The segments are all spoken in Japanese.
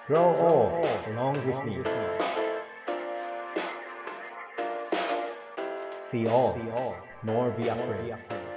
Grow old along with me. See all, nor be afraid.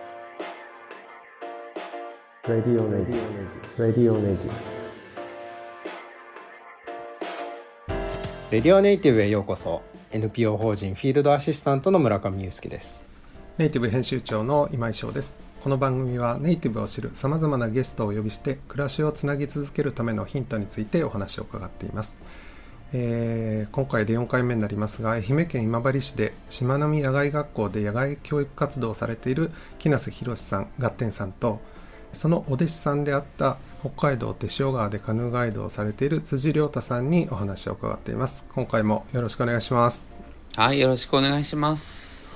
Radio Native Radio Native レディオネイティブへようこそ。 NPO 法人フィールドアシスタントの村上祐介です。 ネイティブ編集長の今井翔です。この番組はネイティブを知るさまざまなゲストをお呼びして暮らしをつなぎ続けるためのヒントについてお話を伺っています。今回で4回目になりますが、愛媛県今治市でしまなみ野外学校で野外教育活動をされている木梨博さん、ガッテンさんと、そのお弟子さんであった北海道手塩川でカヌーガイドをされている辻亮太さんにお話を伺っています。今回もよろしくお願いします。 はい、よろしくお願いします。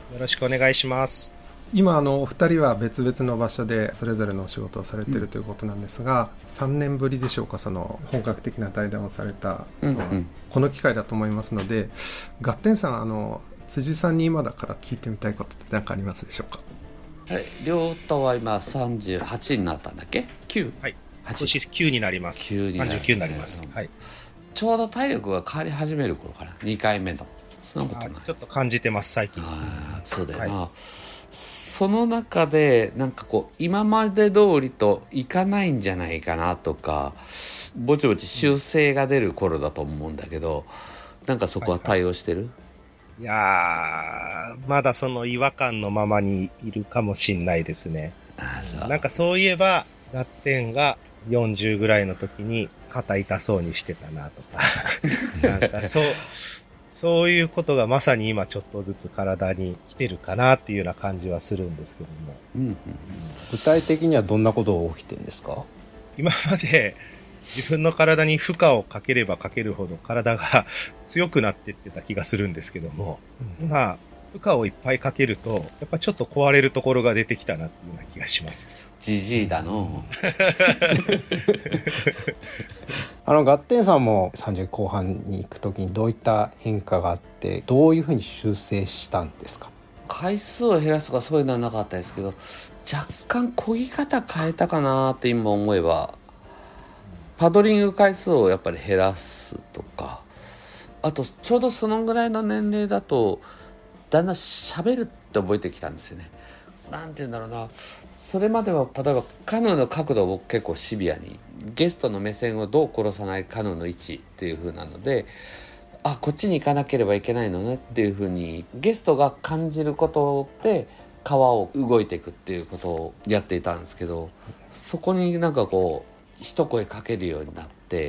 よろしくお願いします。 今お二人は別々の場所でそれぞれのお仕事をされているということなんですが、3年ぶりでしょうか、その本格的な対談をされたのは、この機会だと思いますので、ガッテンさん、辻さんに今だから聞いてみたいことって何かありますでしょうか。 亮太は今38になったんだっけ。 9？ はい、今年9になります。39になります、はい、 ちょうど体力が変わり始める頃かな、2回目の。そんなことない？ ちょっと感じてます最近。 そうだよな、はい。その中でなんかこう今まで通りといかないんじゃないかなとか、ぼちぼち修正が出る頃だと思うんだけど、なんかそこは対応してる？ いやー、まだその違和感のままにいるかもしんないですね。なんかそういえばガッテンが40ぐらいの時に肩痛そうにしてたなとかなんかそういうことがまさに今ちょっとずつ体に来てるかなっていうような感じはするんですけども、 具体的にはどんなことが起きてるんですか？ 今まで自分の体に負荷をかければかけるほど体が強くなっていってた気がするんですけども、今負荷をいっぱいかけるとやっぱちょっと壊れるところが出てきたなっていうような気がします。 じじいだのガッテンさんも30後半に行くときにどういった変化があって、どういうふうに修正したんですか？ 回数を減らすとかそういうのはなかったですけど、若干漕ぎ方変えたかなって今思えば、パドリング回数をやっぱり減らすとか、あとちょうどそのぐらいの年齢だとだんだん喋るって覚えてきたんですよね。なんて言うんだろうな、それまでは例えばカヌーの角度を僕結構シビアに、ゲストの目線をどう殺さないカヌーの位置っていう風なので、こっちに行かなければいけないのねっていう風にゲストが感じることで川を動いていくっていうことをやっていたんですけど、そこになんかこう一声かけるようになって、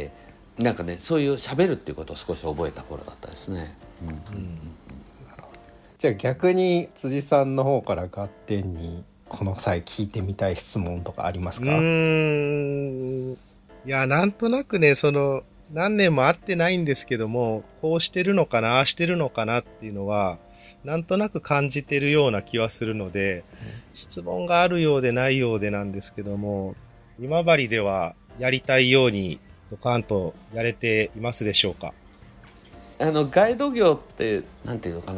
なんかね、そういう喋るっていうことを少し覚えた頃だったですね。 じゃあ逆に辻さんの方からガッテンにこの際聞いてみたい質問とかありますか？ いや、なんとなくね、何年も会ってないんですけども、こうしてるのかな、ああしてるのかなっていうのはなんとなく感じてるような気はするので、質問があるようでないようでなんですけども、今治ではやりたいようにドカンとやれていますでしょうか？ ガイド業ってなんていうのかな、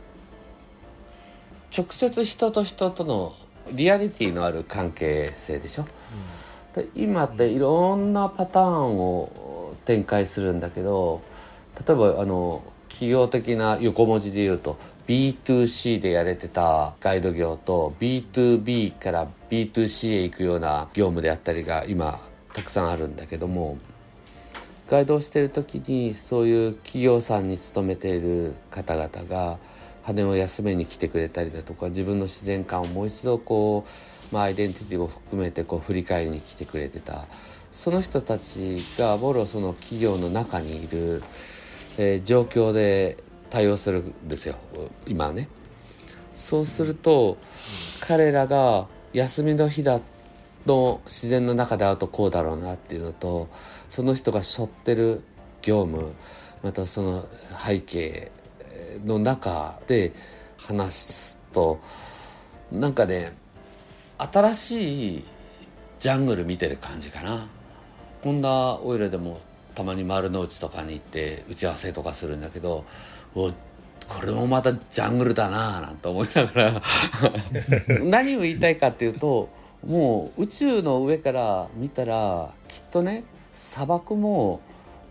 直接人と人とのリアリティのある関係性でしょ、で今っていろんなパターンを展開するんだけど、例えば企業的な横文字で言うと B2C でやれてたガイド業と B2B から B2C へ行くような業務であったりが今たくさんあるんだけども、ガイドをしている時にそういう企業さんに勤めている方々が羽を休めに来てくれたりだとか、自分の自然観をもう一度アイデンティティを含めて振り返りに来てくれてた、その人たちがもろその企業の中にいる、状況で対応するんですよ今はね。そうすると、彼らが休みの日だの自然の中で会うとこうだろうなっていうのと、その人が背負ってる業務、またその背景の中で話すと、なんかね、新しいジャングル見てる感じかな。こんなオイルでもたまに丸の内とかに行って打ち合わせとかするんだけど、これもまたジャングルだななんて思いながら何を言いたいかっていうと、もう宇宙の上から見たらきっとね、砂漠も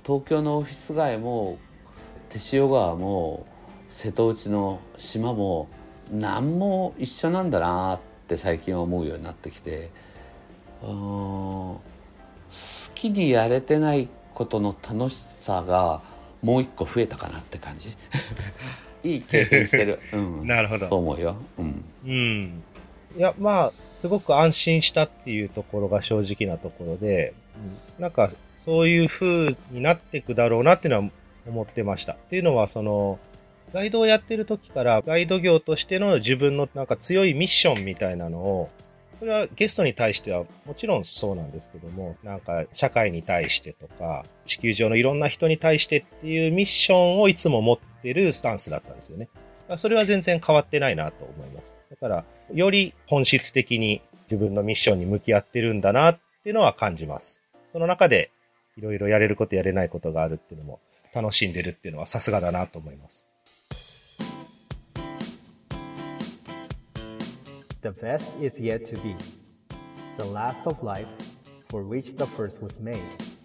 東京のオフィス街も手塩川も瀬戸内の島も何も一緒なんだなって最近は思うようになってきて、好きにやれてないことの楽しさがもう一個増えたかなって感じいい経験してる、 なるほど。 そう思うよ。 いや、まあ、すごく安心したっていうところが正直なところで、なんか、そういう風になっていくだろうなっていうのは思ってました。っていうのは、ガイドをやってる時から、ガイド業としての自分のなんか強いミッションみたいなのを、それはゲストに対してはもちろんそうなんですけども、なんか社会に対してとか、地球上のいろんな人に対してっていうミッションをいつも持ってるスタンスだったんですよね。それは全然変わってないなと思います。だから、より本質的に自分のミッションに向き合ってるんだなっていうのは感じます。その中で、いろいろやれることやれないことがあるっていうのも楽しんでるっていうのはさすがだなと思います。 The best is yet to be. The last of life for which the first was made.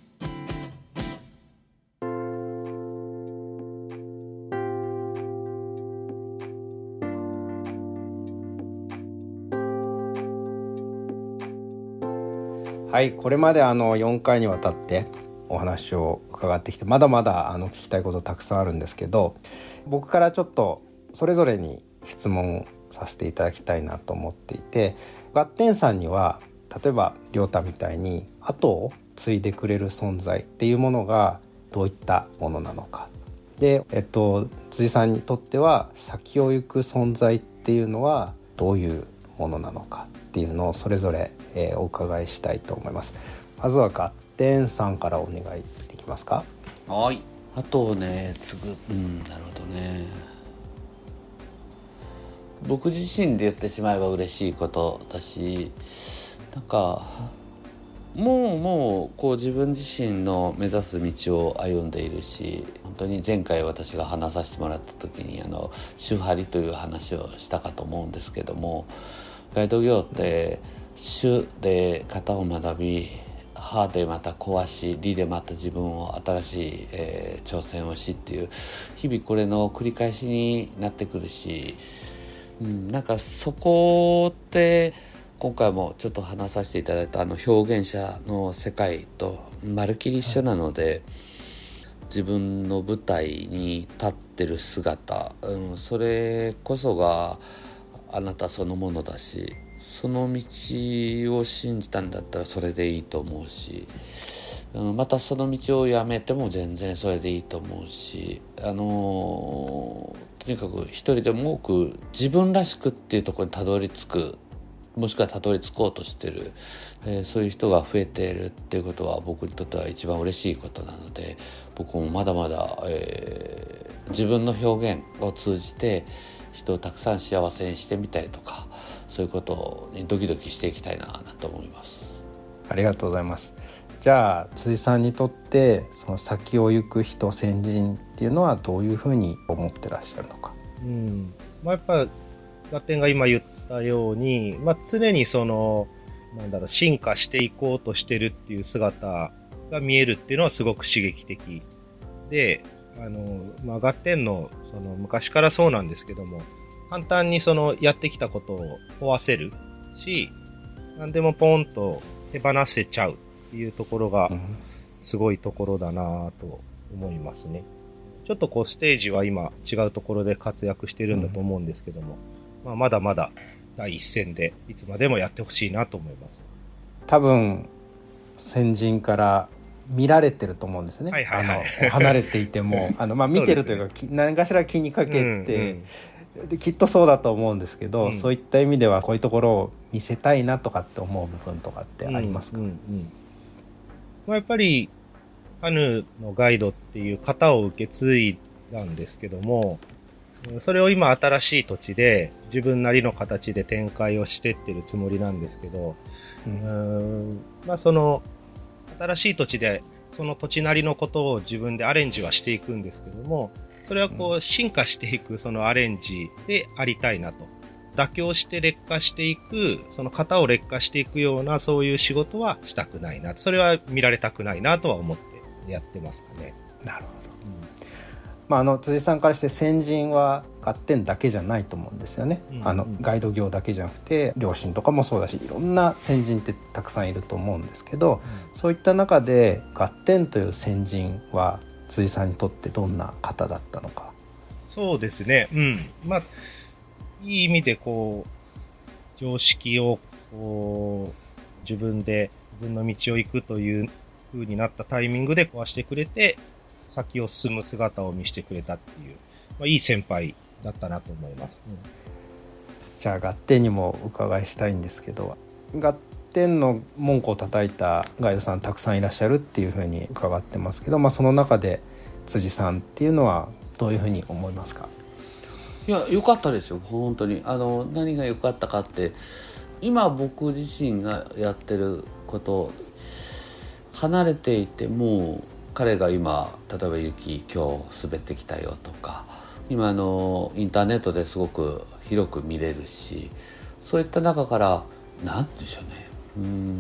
はい、これまで4回にわたってお話を伺ってきて、まだまだ聞きたいことたくさんあるんですけど、僕からちょっとそれぞれに質問させていただきたいなと思っていて、ガッテンさんには例えば亮太みたいに後を継いでくれる存在っていうものがどういったものなのかで、辻さんにとっては先を行く存在っていうのはどういうものなのかっていうのをそれぞれ、お伺いしたいと思います。まずはガッテンさんからお願いできますか。 はい。あとをね継ぐ、なるほどね。僕自身で言ってしまえば嬉しいことだし、なんかもうこう自分自身の目指す道を歩んでいるし、本当に前回私が話させてもらった時に手張りという話をしたかと思うんですけども、ガイド業って手で型を学び、歯でまた壊し、理でまた自分を新しい、挑戦をしっていう日々これの繰り返しになってくるし、なんかそこって今回もちょっと話させていただいた表現者の世界とまるっきり一緒なので、自分の舞台に立ってる姿、それこそがあなたそのものだし、その道を信じたんだったらそれでいいと思うし、またその道をやめても全然それでいいと思うし、とにかく一人でも多く自分らしくっていうところにたどり着く、もしくはたどり着こうとしてる、そういう人が増えているっていうことは僕にとっては一番嬉しいことなので、僕もまだまだ、自分の表現を通じて人をたくさん幸せにしてみたりとか、そういうことにドキドキしていきたいなと思います。 ありがとうございます。じゃあ辻さんにとってその先を行く人、先人っていうのはどういうふうに思ってらっしゃるのか。 やっぱガッテンが今言ったように、常に進化していこうとしてるっていう姿が見えるっていうのはすごく刺激的で、ガッテンの昔からそうなんですけども、簡単にやってきたことを壊せるし、何でもポンと手放せちゃうっていうところがすごいところだなと思いますね。ちょっとステージは今違うところで活躍してるんだと思うんですけども、まだまだ第一線でいつまでもやってほしいなと思います。 多分先人から見られてると思うんですね。離れていても見てるというか、何かしら気にかけて、できっとそうだと思うんですけど、そういった意味ではこういうところを見せたいなとかって思う部分とかってありますか？ やっぱりカヌーのガイドっていう型を受け継いだんですけども、それを今新しい土地で自分なりの形で展開をしてってるつもりなんですけど、その新しい土地でその土地なりのことを自分でアレンジはしていくんですけども、それは進化していくそのアレンジでありたいなと。妥協して劣化していく、その型を劣化していくようなそういう仕事はしたくないな。それは見られたくないなとは思ってやってますかね。 なるほど、辻さんからして先人はガッテンだけじゃないと思うんですよね、ガイド業だけじゃなくて両親とかもそうだし、いろんな先人ってたくさんいると思うんですけど、そういった中でガッテンという先人は辻さんにとってどんな方だったのか。 そうですね、いい意味で常識を自分の道を行くという風になったタイミングで壊してくれて、先を進む姿を見せてくれたっていう、いい先輩だったなと思います。 じゃあガッテンにもお伺いしたいんですけど、ガッテンの門戸を叩いたガイドさんたくさんいらっしゃるっていう風に伺ってますけど、その中で辻さんっていうのはどういう風に思いますか？ いや、良かったですよ本当に。何が良かったかって、今僕自身がやってること離れていても、彼が今例えば雪今日滑ってきたよとか、今インターネットですごく広く見れるし、そういった中から何て言うんでしょうね、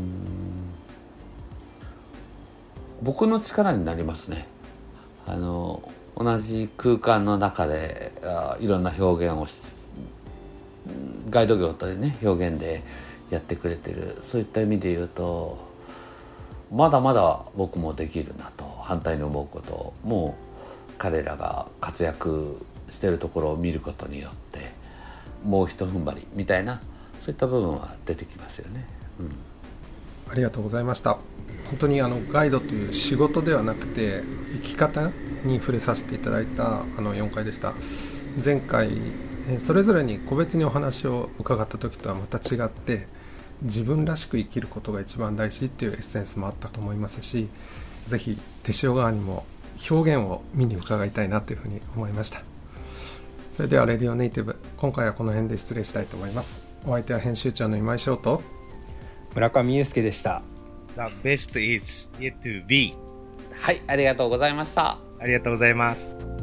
僕の力になりますね。同じ空間の中でいろんな表現をガイド業というね表現でやってくれてる、そういった意味で言うとまだまだ僕もできるなと反対に思うことも、彼らが活躍してるところを見ることによってもう一踏ん張りみたいな、そういった部分は出てきますよね。 ありがとうございました。本当にガイドという仕事ではなくて生き方に触れさせていただいた4回でした。前回それぞれに個別にお話を伺った時とはまた違って、自分らしく生きることが一番大事っていうエッセンスもあったと思いますし、ぜひ手塩川にも表現を見に伺いたいなというふうに思いました。それではレディオネイティブ、今回はこの辺で失礼したいと思います。お相手は編集長の今井翔と村上祐介でした。 The best is yet to be。 はい、ありがとうございました。 ありがとうございます。